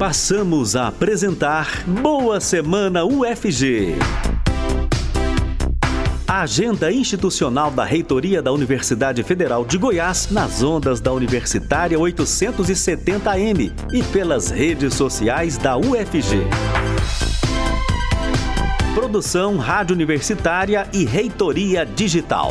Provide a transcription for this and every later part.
Passamos a apresentar Boa Semana UFG. A agenda institucional da Reitoria da Universidade Federal de Goiás nas ondas da Universitária 870M e pelas redes sociais da UFG. Produção Rádio Universitária e Reitoria Digital.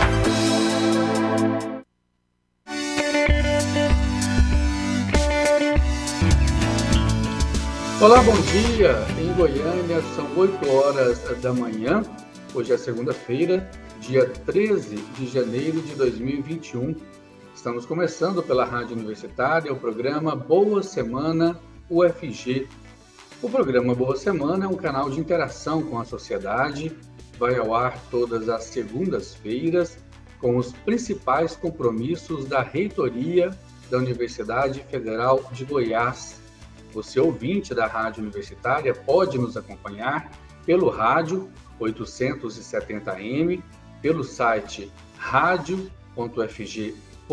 Olá, bom dia! Em Goiânia são 8 horas da manhã. Hoje é segunda-feira, dia 13 de janeiro de 2021. Estamos começando pela Rádio Universitária o programa Boa Semana UFG. O programa Boa Semana é um canal de interação com a sociedade, vai ao ar todas as segundas-feiras com os principais compromissos da Reitoria da Universidade Federal de Goiás. Você, ouvinte da Rádio Universitária, pode nos acompanhar pelo rádio 870M, pelo site radio.ufg.br,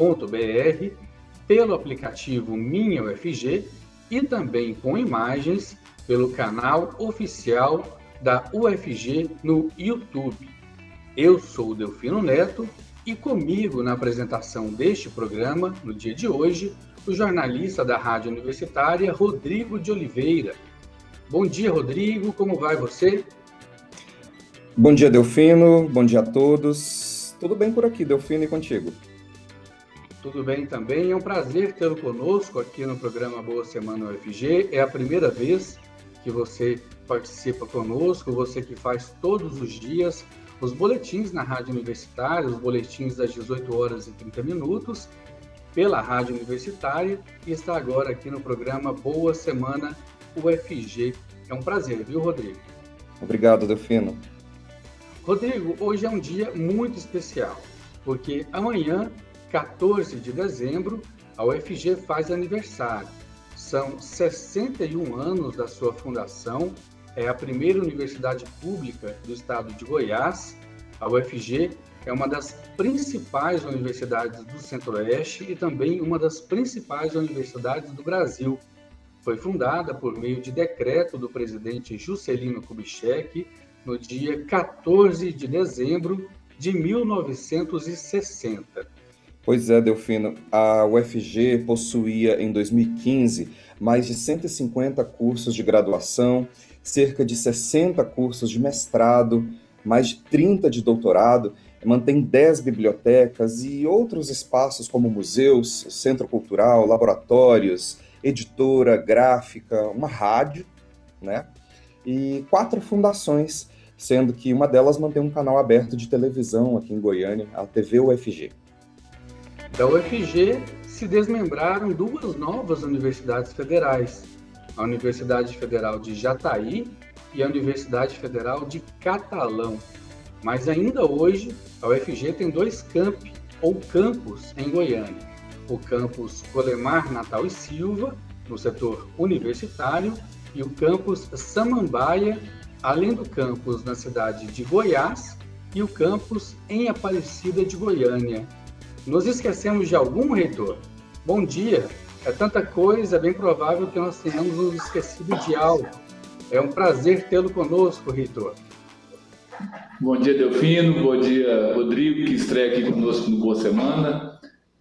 pelo aplicativo Minha UFG e também com imagens pelo canal oficial da UFG no YouTube. Eu sou o Delfino Neto e comigo na apresentação deste programa, no dia de hoje, o jornalista da Rádio Universitária, Rodrigo de Oliveira. Bom dia, Rodrigo, como vai você? Bom dia, Delfino, bom dia a todos. Tudo bem por aqui, Delfino, e contigo? Tudo bem também, é um prazer tê-lo conosco aqui no programa Boa Semana UFG. É a primeira vez que você participa conosco, você que faz todos os dias os boletins na Rádio Universitária, os boletins das 18 horas e 30 minutos, pela Rádio Universitária, e está agora aqui no programa Boa Semana UFG. É um prazer, viu, Rodrigo? Obrigado, Delfino. Rodrigo, hoje é um dia muito especial, porque amanhã, 14 de dezembro, a UFG faz aniversário. São 61 anos da sua fundação, é a primeira universidade pública do estado de Goiás. A UFG é uma das principais universidades do Centro-Oeste e também uma das principais universidades do Brasil. Foi fundada por meio de decreto do presidente Juscelino Kubitschek no dia 14 de dezembro de 1960. Pois é, Delfino, a UFG possuía em 2015 mais de 150 cursos de graduação, cerca de 60 cursos de mestrado, mais de 30 de doutorado, mantém 10 bibliotecas e outros espaços como museus, centro cultural, laboratórios, editora, gráfica, uma rádio, né? E 4 fundações, sendo que uma delas mantém um canal aberto de televisão aqui em Goiânia, a TV UFG. Da UFG se desmembraram 2 novas universidades federais, a Universidade Federal de Jataí e a Universidade Federal de Catalão. Mas ainda hoje, a UFG tem 2 campi, ou campus, em Goiânia. O campus Colemar Natal e Silva, no setor universitário, e o campus Samambaia, além do campus na cidade de Goiás e o campus em Aparecida de Goiânia. Nos esquecemos de algum, reitor? Bom dia! É tanta coisa, é bem provável que nós tenhamos nos esquecido de algo. É um prazer tê-lo conosco, reitor. Bom dia, Delfino. Bom dia, Rodrigo, que estreia aqui conosco no Boa Semana.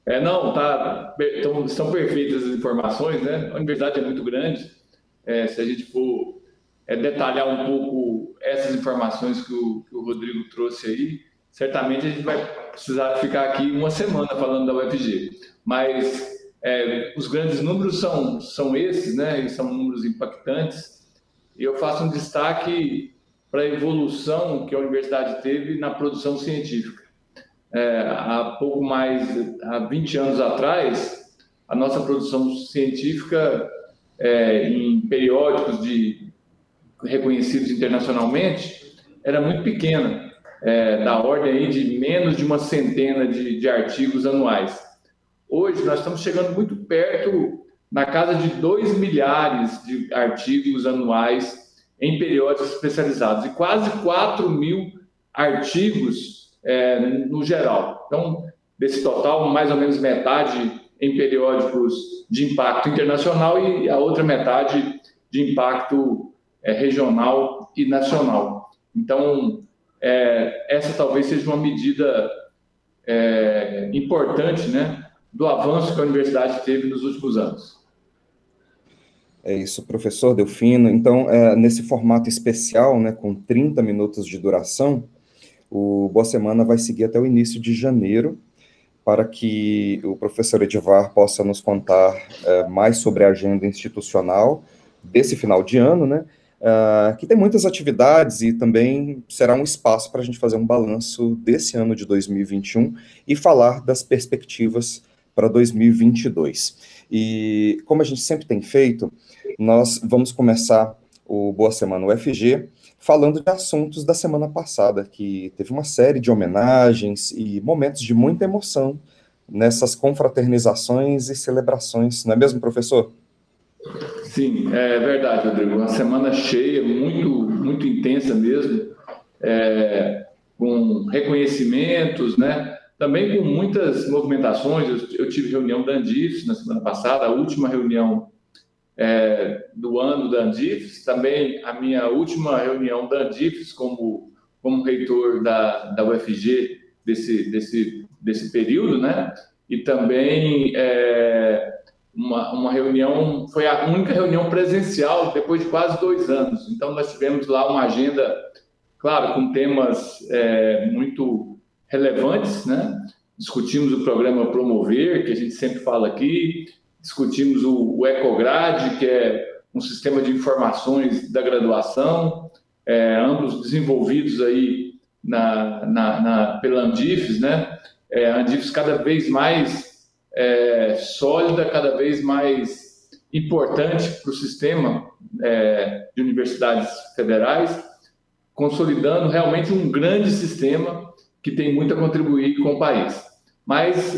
Estão perfeitas as informações, né? A universidade é muito grande. Se a gente for detalhar um pouco essas informações que o Rodrigo trouxe aí, certamente a gente vai precisar ficar aqui uma semana falando da UFG. Mas os grandes números são esses, né? E são números impactantes. E eu faço um destaque para a evolução que a universidade teve na produção científica. Há 20 anos atrás, a nossa produção científica em periódicos reconhecidos internacionalmente era muito pequena, da ordem aí de menos de uma centena de artigos anuais. Hoje, nós estamos chegando muito perto, na casa de 2 milhares de artigos anuais em periódicos especializados e quase 4 mil artigos no geral. Então, desse total, mais ou menos metade em periódicos de impacto internacional e a outra metade de impacto regional e nacional. Então, essa talvez seja uma medida importante, né, do avanço que a universidade teve nos últimos anos. É isso, professor Delfino. Então, nesse formato especial, né, com 30 minutos de duração, o Boa Semana vai seguir até o início de janeiro, para que o professor Edivar possa nos contar mais sobre a agenda institucional desse final de ano, né, que tem muitas atividades e também será um espaço para a gente fazer um balanço desse ano de 2021 e falar das perspectivas para 2022. E como a gente sempre tem feito, nós vamos começar o Boa Semana UFG falando de assuntos da semana passada, que teve uma série de homenagens e momentos de muita emoção nessas confraternizações e celebrações, não é mesmo, professor? Sim, é verdade, Rodrigo. Uma semana cheia, muito intensa mesmo, com reconhecimentos, né? Também com muitas movimentações. Eu tive reunião da Andifes na semana passada, a última reunião do ano da Andifes, também a minha última reunião da Andifes como reitor da UFG desse período, né? E também uma reunião, foi a única reunião presencial depois de quase 2 anos. Então, nós tivemos lá uma agenda, claro, com temas muito relevantes, né? Discutimos o programa Promover, que a gente sempre fala aqui, discutimos o Ecograde, que é um sistema de informações da graduação, ambos desenvolvidos aí pela Andifes, né? A Andifes cada vez mais sólida, cada vez mais importante para o sistema de universidades federais, consolidando realmente um grande sistema que tem muito a contribuir com o país. Mas,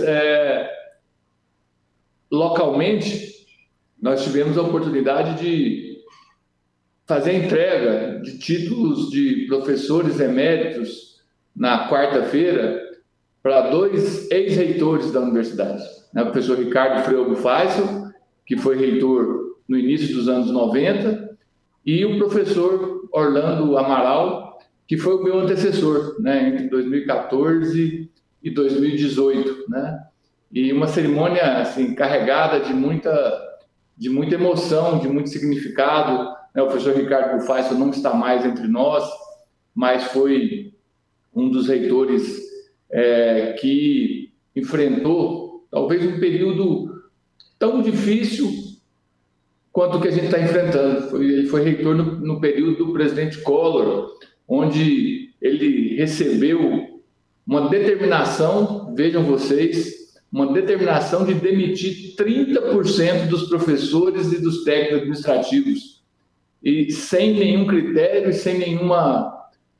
localmente, nós tivemos a oportunidade de fazer a entrega de títulos de professores eméritos na quarta-feira para 2 ex-reitores da universidade. O professor Ricardo Freugo Faisal, que foi reitor no início dos anos 90, e o professor Orlando Amaral, que foi o meu antecessor, né, entre 2014 e 2018, né? E uma cerimônia assim, carregada de muita emoção, de muito significado, né? O professor Ricardo Faisal não está mais entre nós, mas foi um dos reitores que enfrentou talvez um período tão difícil quanto o que a gente está enfrentando. Ele foi reitor no período do presidente Collor, onde ele recebeu uma determinação, vejam vocês, uma determinação de demitir 30% dos professores e dos técnicos administrativos, e sem nenhum critério e sem nenhuma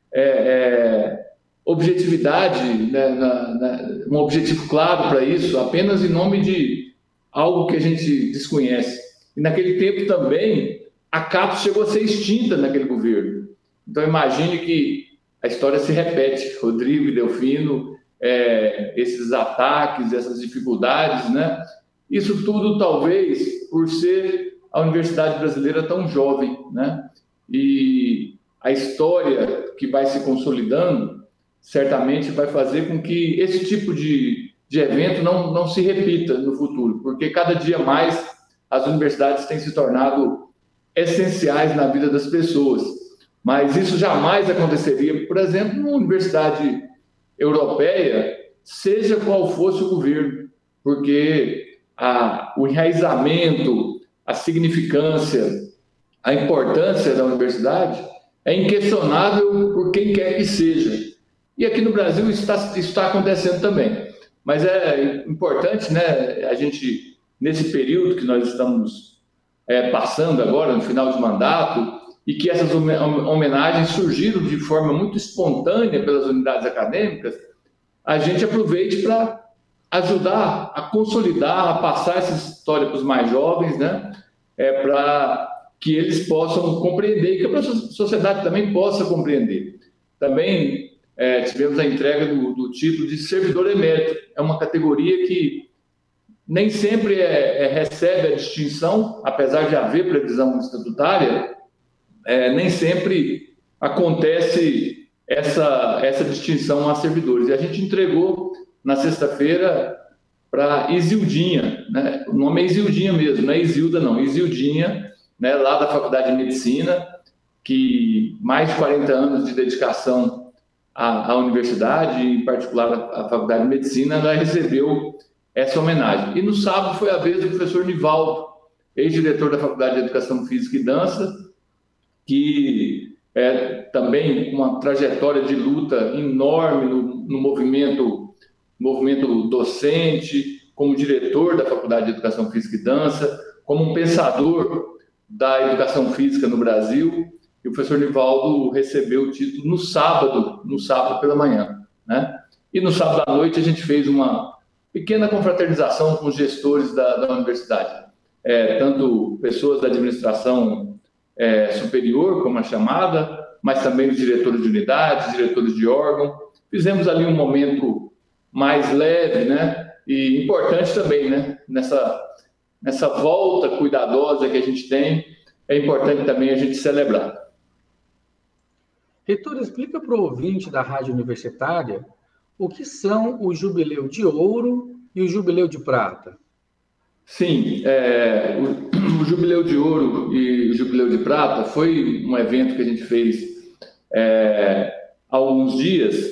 objetividade, né, um objetivo claro para isso, apenas em nome de algo que a gente desconhece. E naquele tempo também, a CAPES chegou a ser extinta naquele governo. Então imagine que a história se repete, Rodrigo e Delfino, esses ataques, essas dificuldades, né? Isso tudo talvez por ser a universidade brasileira tão jovem, né? E a história que vai se consolidando certamente vai fazer com que esse tipo de evento não se repita no futuro, porque cada dia mais as universidades têm se tornado essenciais na vida das pessoas. Mas isso jamais aconteceria, por exemplo, numa universidade europeia, seja qual fosse o governo, porque o enraizamento, a significância, a importância da universidade é inquestionável por quem quer que seja. E aqui no Brasil isso está acontecendo também. Mas é importante, né, a gente, nesse período que nós estamos passando agora, no final de mandato, e que essas homenagens surgiram de forma muito espontânea pelas unidades acadêmicas, a gente aproveite para ajudar a consolidar, a passar essa história para os mais jovens, né? Para que eles possam compreender, e que a sociedade também possa compreender. Também tivemos a entrega do título de servidor emérito. É uma categoria que nem sempre recebe a distinção, apesar de haver previsão estatutária, nem sempre acontece essa distinção a servidores. E a gente entregou na sexta-feira para Isildinha, né? O nome é Isildinha mesmo, não é Isilda não, Isildinha, né? Lá da Faculdade de Medicina, que mais de 40 anos de dedicação à universidade, em particular à Faculdade de Medicina, ela recebeu essa homenagem. E no sábado foi a vez do professor Nivaldo, ex-diretor da Faculdade de Educação Física e Dança, que também uma trajetória de luta enorme no movimento docente, como diretor da Faculdade de Educação Física e Dança, como um pensador da educação física no Brasil. E o professor Nivaldo recebeu o título no sábado pela manhã, né? E no sábado à noite a gente fez uma pequena confraternização com os gestores da universidade, tanto pessoas da administração superior, como a chamada, mas também os diretores de unidades, diretores de órgão. Fizemos ali um momento mais leve, né? E importante também, né? Nessa volta cuidadosa que a gente tem, é importante também a gente celebrar. Reitor, explica para o ouvinte da Rádio Universitária o que são o Jubileu de Ouro e o Jubileu de Prata. Sim, o Jubileu de Ouro e o Jubileu de Prata foi um evento que a gente fez há alguns dias,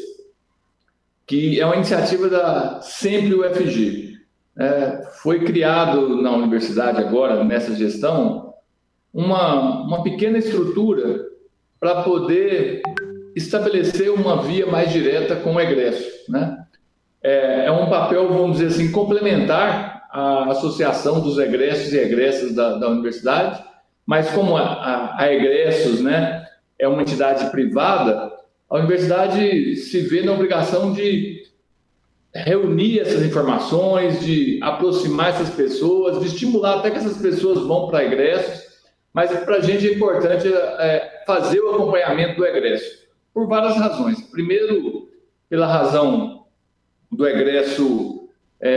que é uma iniciativa da Sempre UFG. Foi criado na universidade agora, nessa gestão, uma pequena estrutura para poder estabelecer uma via mais direta com o egresso, né? É um papel, vamos dizer assim, complementar à associação dos egressos e egressas da universidade, mas como a egressos, né, é uma entidade privada, a universidade se vê na obrigação de reunir essas informações, de aproximar essas pessoas, de estimular até que essas pessoas vão para egressos, mas para a gente é importante fazer o acompanhamento do egresso, por várias razões. Primeiro, pela razão do egresso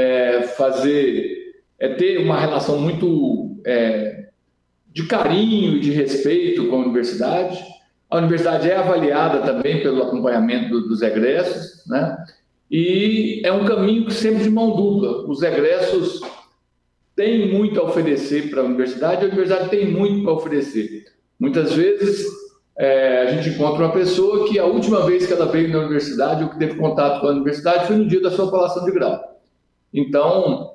ter uma relação muito de carinho e de respeito com a universidade. A universidade é avaliada também pelo acompanhamento dos egressos, né? E é um caminho sempre de mão dupla. Os egressos têm muito a oferecer para a universidade tem muito para oferecer. Muitas vezes a gente encontra uma pessoa que a última vez que ela veio na universidade ou que teve contato com a universidade foi no dia da sua colação de grau. Então,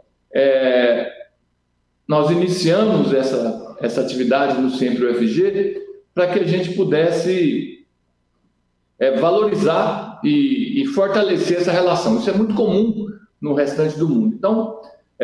nós iniciamos essa atividade no Sempre UFG para que a gente pudesse valorizar e fortalecer essa relação. Isso é muito comum no restante do mundo. Então,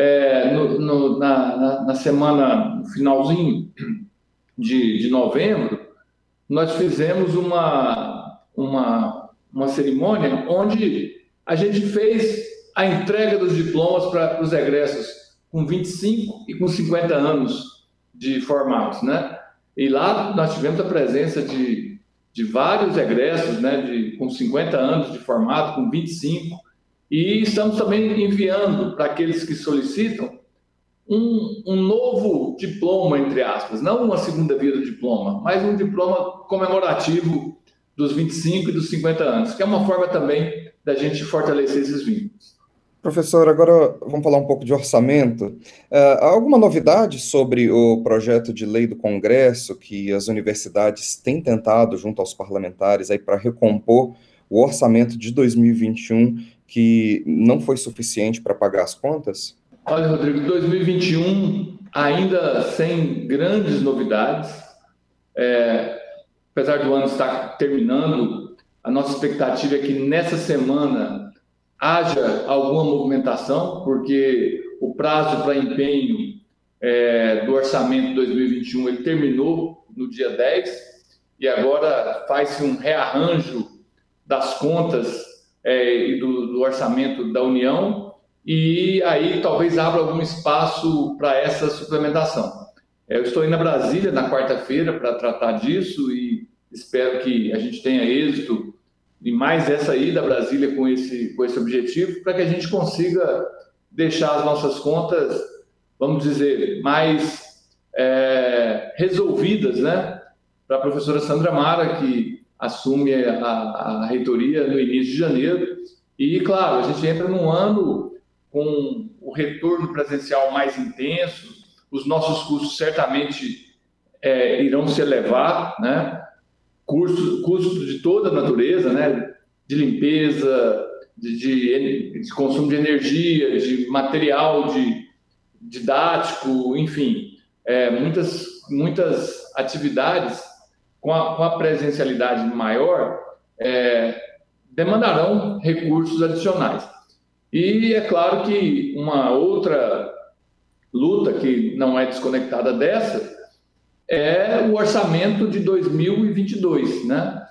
na semana, no finalzinho de novembro, nós fizemos uma cerimônia onde a gente fez a entrega dos diplomas para os egressos com 25 e com 50 anos de formados, né? E lá nós tivemos a presença de vários egressos, né, com 50 anos de formato, com 25, e estamos também enviando para aqueles que solicitam um novo diploma, entre aspas, não uma segunda via do diploma, mas um diploma comemorativo dos 25 e dos 50 anos, que é uma forma também da gente fortalecer esses vínculos. Professor, agora vamos falar um pouco de orçamento. Há alguma novidade sobre o projeto de lei do Congresso que as universidades têm tentado, junto aos parlamentares, para recompor o orçamento de 2021, que não foi suficiente para pagar as contas? Olha, Rodrigo, 2021 ainda sem grandes novidades. Apesar do ano estar terminando, a nossa expectativa é que nessa semana haja alguma movimentação, porque o prazo para empenho do orçamento de 2021 ele terminou no dia 10 e agora faz-se um rearranjo das contas e do orçamento da União, e aí talvez abra algum espaço para essa suplementação. Eu estou indo a Brasília na quarta-feira para tratar disso e espero que a gente tenha êxito e mais essa ida a Brasília com esse objetivo, para que a gente consiga deixar as nossas contas, vamos dizer, mais resolvidas, né? Para a professora Sandra Mara, que assume a reitoria no início de janeiro. E, claro, a gente entra num ano com o retorno presencial mais intenso, os nossos custos certamente irão se elevar, né? Custos de toda a natureza, né? De limpeza, de consumo de energia, de material didático, enfim, muitas atividades com a presencialidade maior demandarão recursos adicionais. E é claro que uma outra luta que não é desconectada dessa é o orçamento de 2022, né?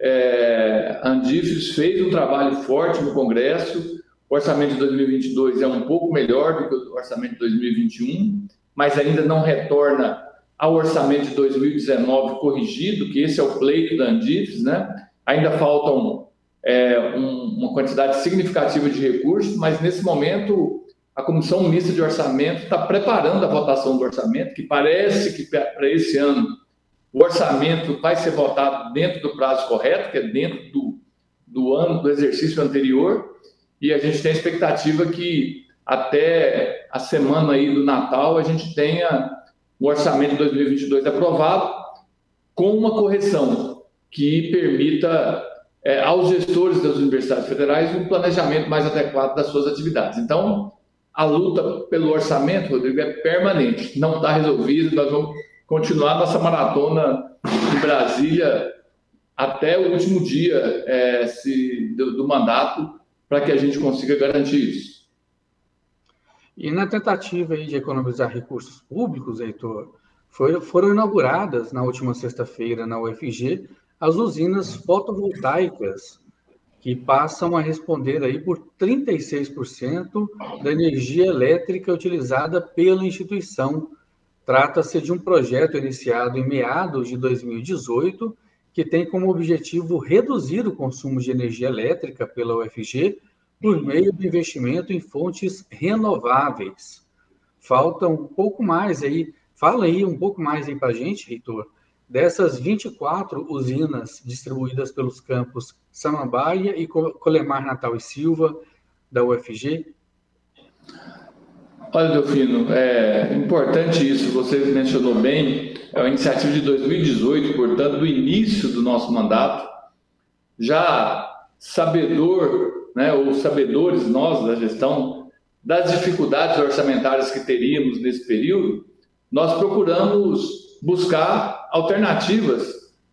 A Andifes fez um trabalho forte no Congresso. O orçamento de 2022 é um pouco melhor do que o orçamento de 2021, mas ainda não retorna ao orçamento de 2019 corrigido, que esse é o pleito da Andifes, né? Ainda faltam uma quantidade significativa de recursos, mas nesse momento a Comissão Mista de Orçamento está preparando a votação do orçamento, que parece que para esse ano o orçamento vai ser votado dentro do prazo correto, que é dentro do ano, do exercício anterior, e a gente tem a expectativa que até a semana aí do Natal a gente tenha o orçamento de 2022 aprovado com uma correção que permita aos gestores das universidades federais um planejamento mais adequado das suas atividades. Então, a luta pelo orçamento, Rodrigo, é permanente, não está resolvida. Nós vamos continuar nossa maratona em Brasília até o último dia do mandato, para que a gente consiga garantir isso. E na tentativa aí de economizar recursos públicos, Heitor, foram inauguradas na última sexta-feira na UFG as usinas fotovoltaicas, que passam a responder aí por 36% da energia elétrica utilizada pela instituição. Trata-se de um projeto iniciado em meados de 2018, que tem como objetivo reduzir o consumo de energia elétrica pela UFG por meio do investimento em fontes renováveis. Falta um pouco mais aí, fala aí um pouco mais aí para a gente, Heitor, dessas 24 usinas distribuídas pelos campos Samambaia e Colemar Natal e Silva, da UFG. Olha, Delfino, é importante isso, você mencionou bem, é uma iniciativa de 2018, portanto, do início do nosso mandato, já sabedor, né, ou sabedores nós da gestão, das dificuldades orçamentárias que teríamos nesse período, nós procuramos buscar alternativas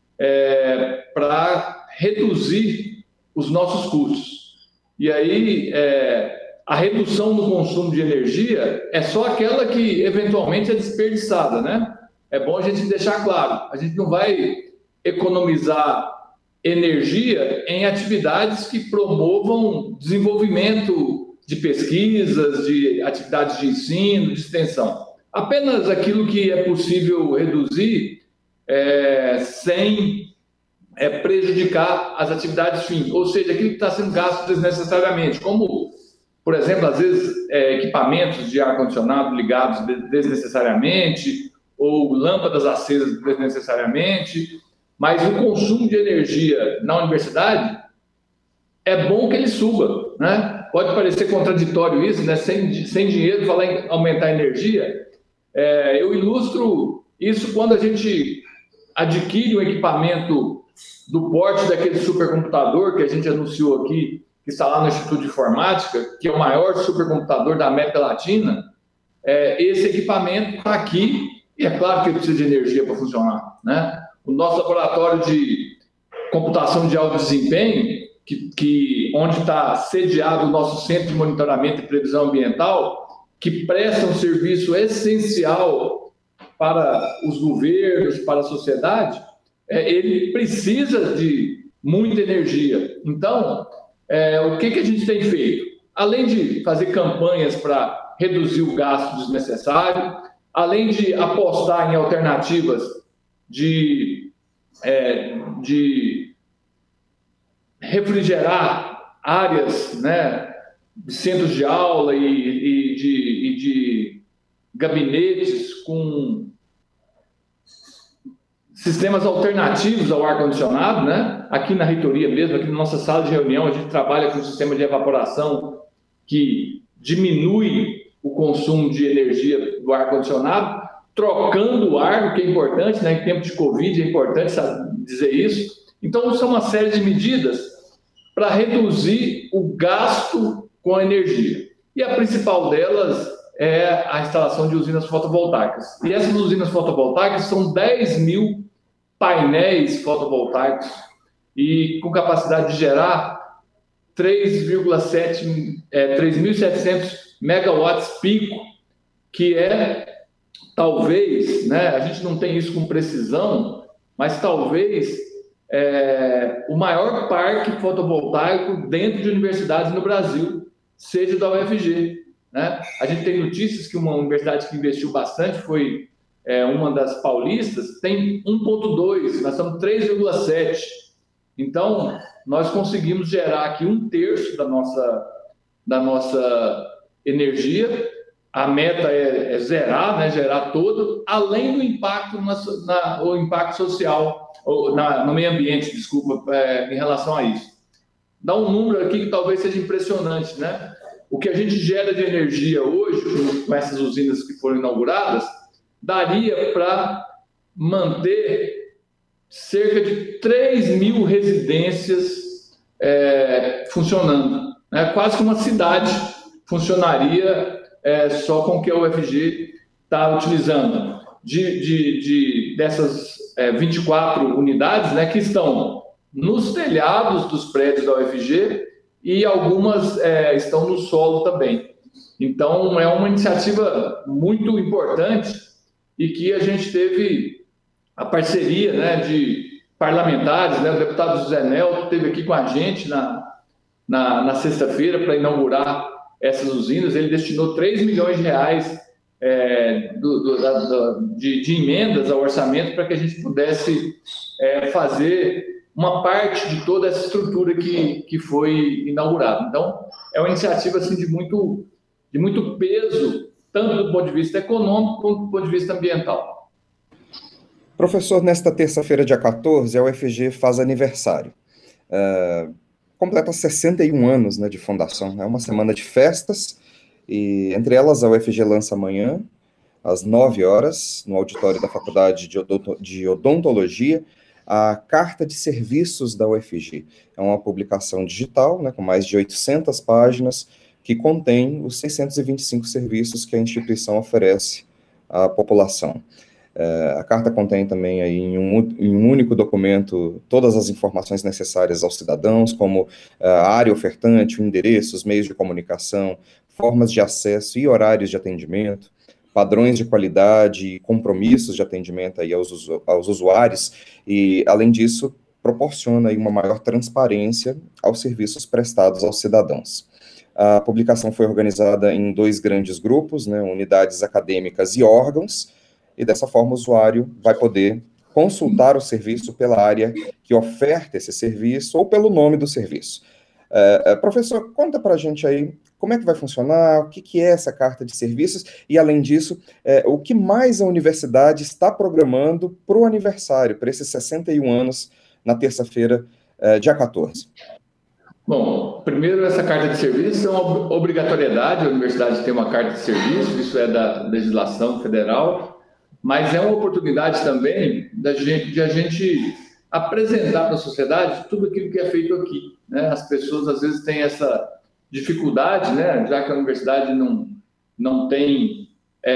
para reduzir os nossos custos. E aí, a redução do consumo de energia é só aquela que, eventualmente, é desperdiçada, né? É bom a gente deixar claro, a gente não vai economizar energia em atividades que promovam desenvolvimento de pesquisas, de atividades de ensino, de extensão. Apenas aquilo que é possível reduzir sem prejudicar as atividades fim, ou seja, aquilo que está sendo gasto desnecessariamente, como, por exemplo, às vezes equipamentos de ar-condicionado ligados desnecessariamente, ou lâmpadas acesas desnecessariamente, mas o consumo de energia na universidade é bom que ele suba, né? Pode parecer contraditório isso, né? Sem dinheiro falar em aumentar a energia. Eu ilustro isso quando a gente adquire um equipamento do porte daquele supercomputador que a gente anunciou aqui, que está lá no Instituto de Informática, que é o maior supercomputador da América Latina. Esse equipamento está aqui e é claro que ele precisa de energia para funcionar, né? O nosso laboratório de computação de alto desempenho, onde está sediado o nosso Centro de Monitoramento e Previsão Ambiental, que presta um serviço essencial para os governos, para a sociedade, ele precisa de muita energia. Então, o que a gente tem feito? Além de fazer campanhas para reduzir o gasto desnecessário, além de apostar em alternativas de refrigerar áreas, né, centros de aula e de gabinetes com sistemas alternativos ao ar-condicionado, né? Aqui na reitoria mesmo, aqui na nossa sala de reunião, a gente trabalha com um sistema de evaporação que diminui o consumo de energia do ar-condicionado, trocando o ar, o que é importante, né? Em tempo de Covid é importante dizer isso. Então, são uma série de medidas para reduzir o gasto com a energia. E a principal delas é a instalação de usinas fotovoltaicas. E essas usinas fotovoltaicas são 10 mil painéis fotovoltaicos e com capacidade de gerar 3.700 megawatts pico, que é, talvez, né, a gente não tem isso com precisão, mas talvez o maior parque fotovoltaico dentro de universidades no Brasil seja da UFG. Né? A gente tem notícias que uma universidade que investiu bastante foi uma das paulistas, tem 1,2, nós estamos 3,7. Então, nós conseguimos gerar aqui 1/3 da nossa energia. A meta é zerar, né, gerar todo, além do impacto, o impacto social, no meio ambiente, desculpa, em relação a isso. Dá um número aqui que talvez seja impressionante, né? O que a gente gera de energia hoje, com essas usinas que foram inauguradas, daria para manter cerca de 3 mil residências funcionando. Né? Quase que uma cidade funcionaria só com o que a UFG está utilizando. Dessas 24 unidades, né, que estão nos telhados dos prédios da UFG e algumas estão no solo também. Então, é uma iniciativa muito importante e que a gente teve a parceria, né, de parlamentares, né, o deputado José Nelto esteve aqui com a gente na sexta-feira para inaugurar essas usinas. Ele destinou 3 milhões de reais de emendas ao orçamento para que a gente pudesse fazer uma parte de toda essa estrutura que foi inaugurada. Então, é uma iniciativa assim, de muito peso, tanto do ponto de vista econômico quanto do ponto de vista ambiental. Professor, nesta terça-feira, dia 14, a UFG faz aniversário. Completa 61 anos, né, de fundação. É uma semana de festas, e entre elas a UFG lança amanhã, às 9 horas, no auditório da Faculdade de Odontologia, a Carta de Serviços da UFG. É uma publicação digital, né, com mais de 800 páginas, que contém os 625 serviços que a instituição oferece à população. A carta contém também aí, em um único documento todas as informações necessárias aos cidadãos, como a área ofertante, o endereço, os meios de comunicação, formas de acesso e horários de atendimento, padrões de qualidade e compromissos de atendimento aí aos usuários, e, além disso, proporciona aí uma maior transparência aos serviços prestados aos cidadãos. A publicação foi organizada em 2 grandes grupos, né, unidades acadêmicas e órgãos, e dessa forma o usuário vai poder consultar o serviço pela área que oferta esse serviço ou pelo nome do serviço. Professor, conta para a gente aí como é que vai funcionar, o que é essa carta de serviços e, além disso, o que mais a universidade está programando para o aniversário, para esses 61 anos, na terça-feira, dia 14. Bom, primeiro, essa carta de serviço é uma obrigatoriedade, a universidade tem uma carta de serviço, isso é da legislação federal, mas é uma oportunidade também de a gente apresentar para a sociedade tudo aquilo que é feito aqui. Né? As pessoas, às vezes, têm essa dificuldade, né? Já que a universidade não tem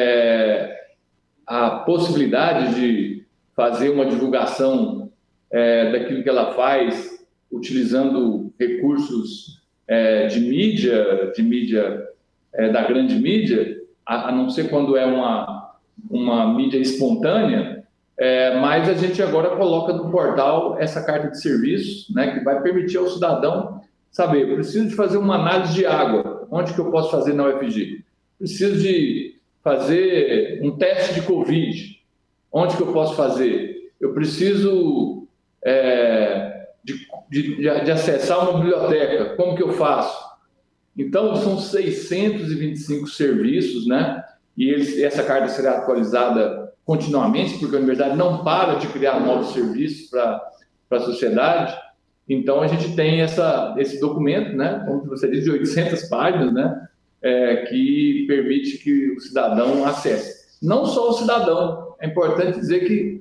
a possibilidade de fazer uma divulgação daquilo que ela faz, utilizando recursos de mídia da grande mídia, a não ser quando é uma mídia espontânea, mas a gente agora coloca no portal essa carta de serviços, né, que vai permitir ao cidadão saber: eu preciso de fazer uma análise de água, onde que eu posso fazer na UFG? Preciso de fazer um teste de Covid, onde que eu posso fazer? Eu preciso de acessar uma biblioteca, como que eu faço? Então, são 625 serviços, né? E essa carta será atualizada continuamente, porque a universidade não para de criar novos serviços para a sociedade. Então, a gente tem esse documento, né? Como você diz, de 800 páginas, né? Que permite que o cidadão acesse. Não só o cidadão, é importante dizer que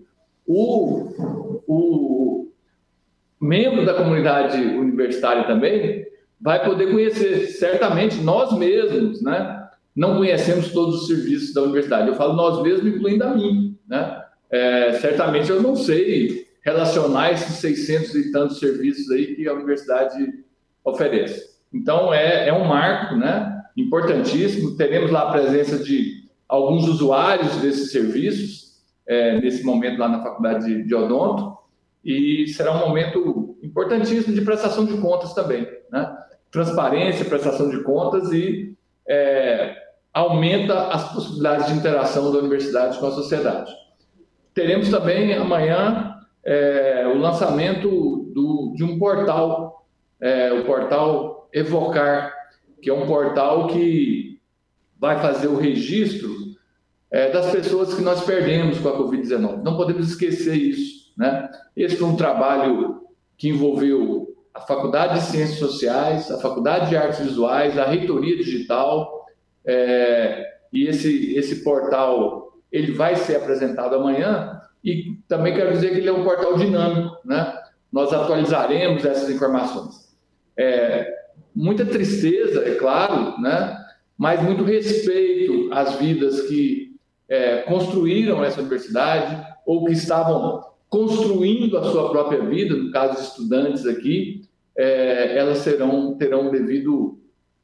o membro da comunidade universitária também vai poder conhecer. Certamente nós mesmos, né, não conhecemos todos os serviços da universidade. Eu falo nós mesmos, incluindo a mim, né? Certamente eu não sei relacionar esses 600 e tantos serviços aí que a universidade oferece. Então é um marco, né, importantíssimo. Teremos lá a presença de alguns usuários desses serviços nesse momento lá na Faculdade de Odonto, e será um momento importantíssimo de prestação de contas também, né? Transparência, prestação de contas e aumenta as possibilidades de interação da universidade com a sociedade. Teremos também amanhã o lançamento de um portal, o portal Evocar, que é um portal que vai fazer o registro das pessoas que nós perdemos com a Covid-19. Não podemos esquecer isso, né? Esse foi um trabalho que envolveu a Faculdade de Ciências Sociais, a Faculdade de Artes Visuais, a Reitoria Digital, e esse portal ele vai ser apresentado amanhã, e também quero dizer que ele é um portal dinâmico, né? Nós atualizaremos essas informações. Muita tristeza, é claro, né? Mas muito respeito às vidas que construíram essa universidade ou que estavam construindo a sua própria vida, no caso de estudantes aqui, elas terão devido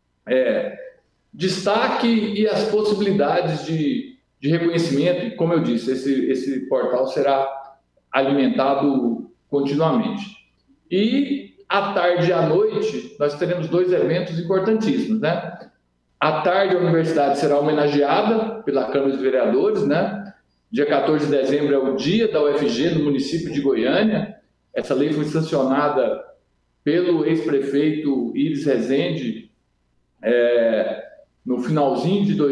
destaque e as possibilidades de reconhecimento. E, como eu disse, esse portal será alimentado continuamente. E à tarde e à noite nós teremos 2 eventos importantíssimos, né? À tarde a universidade será homenageada pela Câmara de Vereadores, né? Dia 14 de dezembro é o dia da UFG no município de Goiânia. Essa lei foi sancionada pelo ex-prefeito Iris Rezende no finalzinho de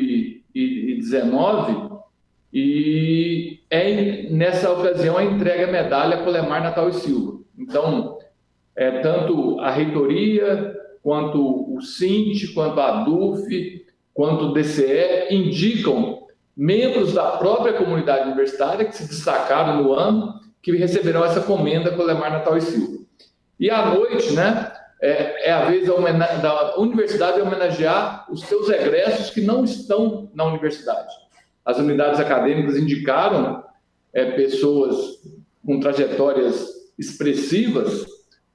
2019, e nessa ocasião a entrega a medalha Colemar Natal e Silva. Então, tanto a reitoria, quanto o SINT, quanto a ADUF, quanto o DCE indicam membros da própria comunidade universitária que se destacaram no ano, que receberão essa comenda Colemar Natal e Silva. E à noite, né, é a vez da universidade homenagear os seus egressos que não estão na universidade. As unidades acadêmicas indicaram pessoas com trajetórias expressivas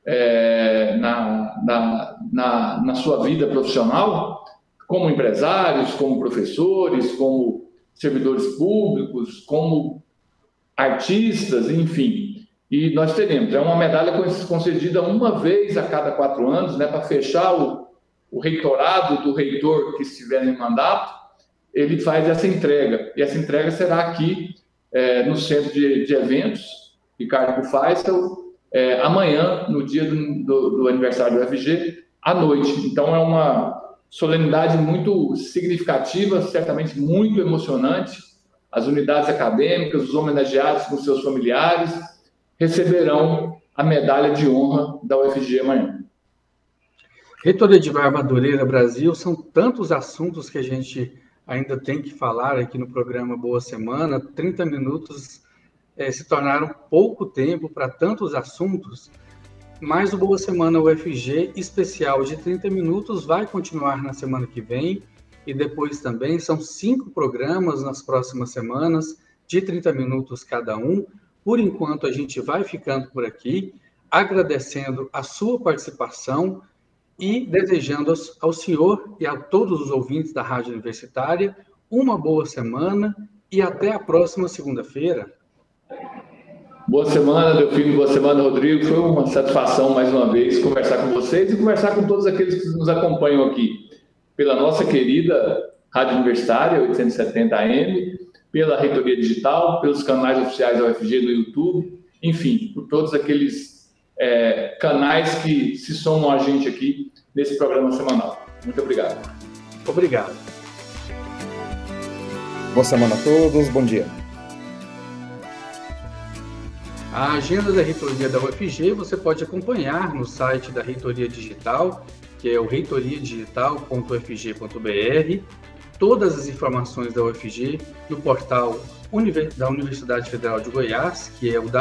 na sua vida profissional, como empresários, como professores, como servidores públicos, como artistas, enfim. E nós teremos, uma medalha concedida uma vez a cada 4 anos, né, para fechar o reitorado do reitor que estiver em mandato, ele faz essa entrega. E essa entrega será aqui no Centro de Eventos, Ricardo Feistel, amanhã, no dia do aniversário do UFG, à noite. Então, é uma solenidade muito significativa, certamente muito emocionante. As unidades acadêmicas, os homenageados com seus familiares, receberão a medalha de honra da UFG amanhã. Reitor Edivar Madureira Brasil, são tantos assuntos que a gente ainda tem que falar aqui no programa Boa Semana. 30 minutos se tornaram pouco tempo para tantos assuntos, mas o Boa Semana UFG especial de 30 minutos vai continuar na semana que vem, e depois também são 5 programas nas próximas semanas, de 30 minutos cada um. Por enquanto, a gente vai ficando por aqui, agradecendo a sua participação e desejando ao senhor e a todos os ouvintes da Rádio Universitária uma boa semana e até a próxima segunda-feira. Boa semana, Delfino. Boa semana, Rodrigo. Foi uma satisfação, mais uma vez, conversar com vocês e conversar com todos aqueles que nos acompanham aqui pela nossa querida Rádio Universitária, 870 AM, pela Reitoria Digital, pelos canais oficiais da UFG no YouTube, enfim, por todos aqueles canais que se somam a gente aqui nesse programa semanal. Muito obrigado. Obrigado. Boa semana a todos, bom dia. A agenda da reitoria da UFG você pode acompanhar no site da Reitoria Digital, que é o reitoriadigital.ufg.br, todas as informações da UFG no portal da Universidade Federal de Goiás, que é o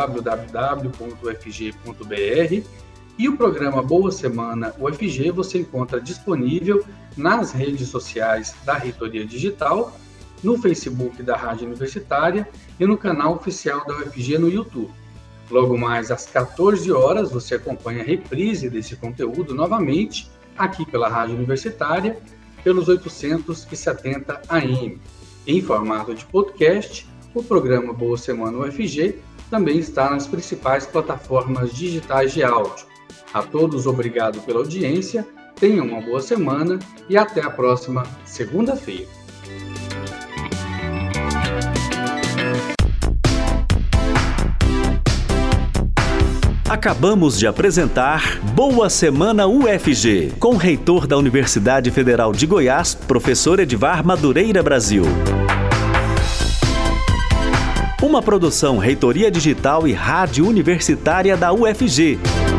www.ufg.br, e o programa Boa Semana UFG você encontra disponível nas redes sociais da Reitoria Digital, no Facebook da Rádio Universitária e no canal oficial da UFG no YouTube. Logo mais às 14 horas você acompanha a reprise desse conteúdo novamente aqui pela Rádio Universitária, pelos 870 AM. Em formato de podcast, o programa Boa Semana UFG também está nas principais plataformas digitais de áudio. A todos, obrigado pela audiência, tenham uma boa semana e até a próxima segunda-feira. Acabamos de apresentar Boa Semana UFG, com o reitor da Universidade Federal de Goiás, professor Edivar Madureira Brasil. Uma produção Reitoria Digital e Rádio Universitária da UFG.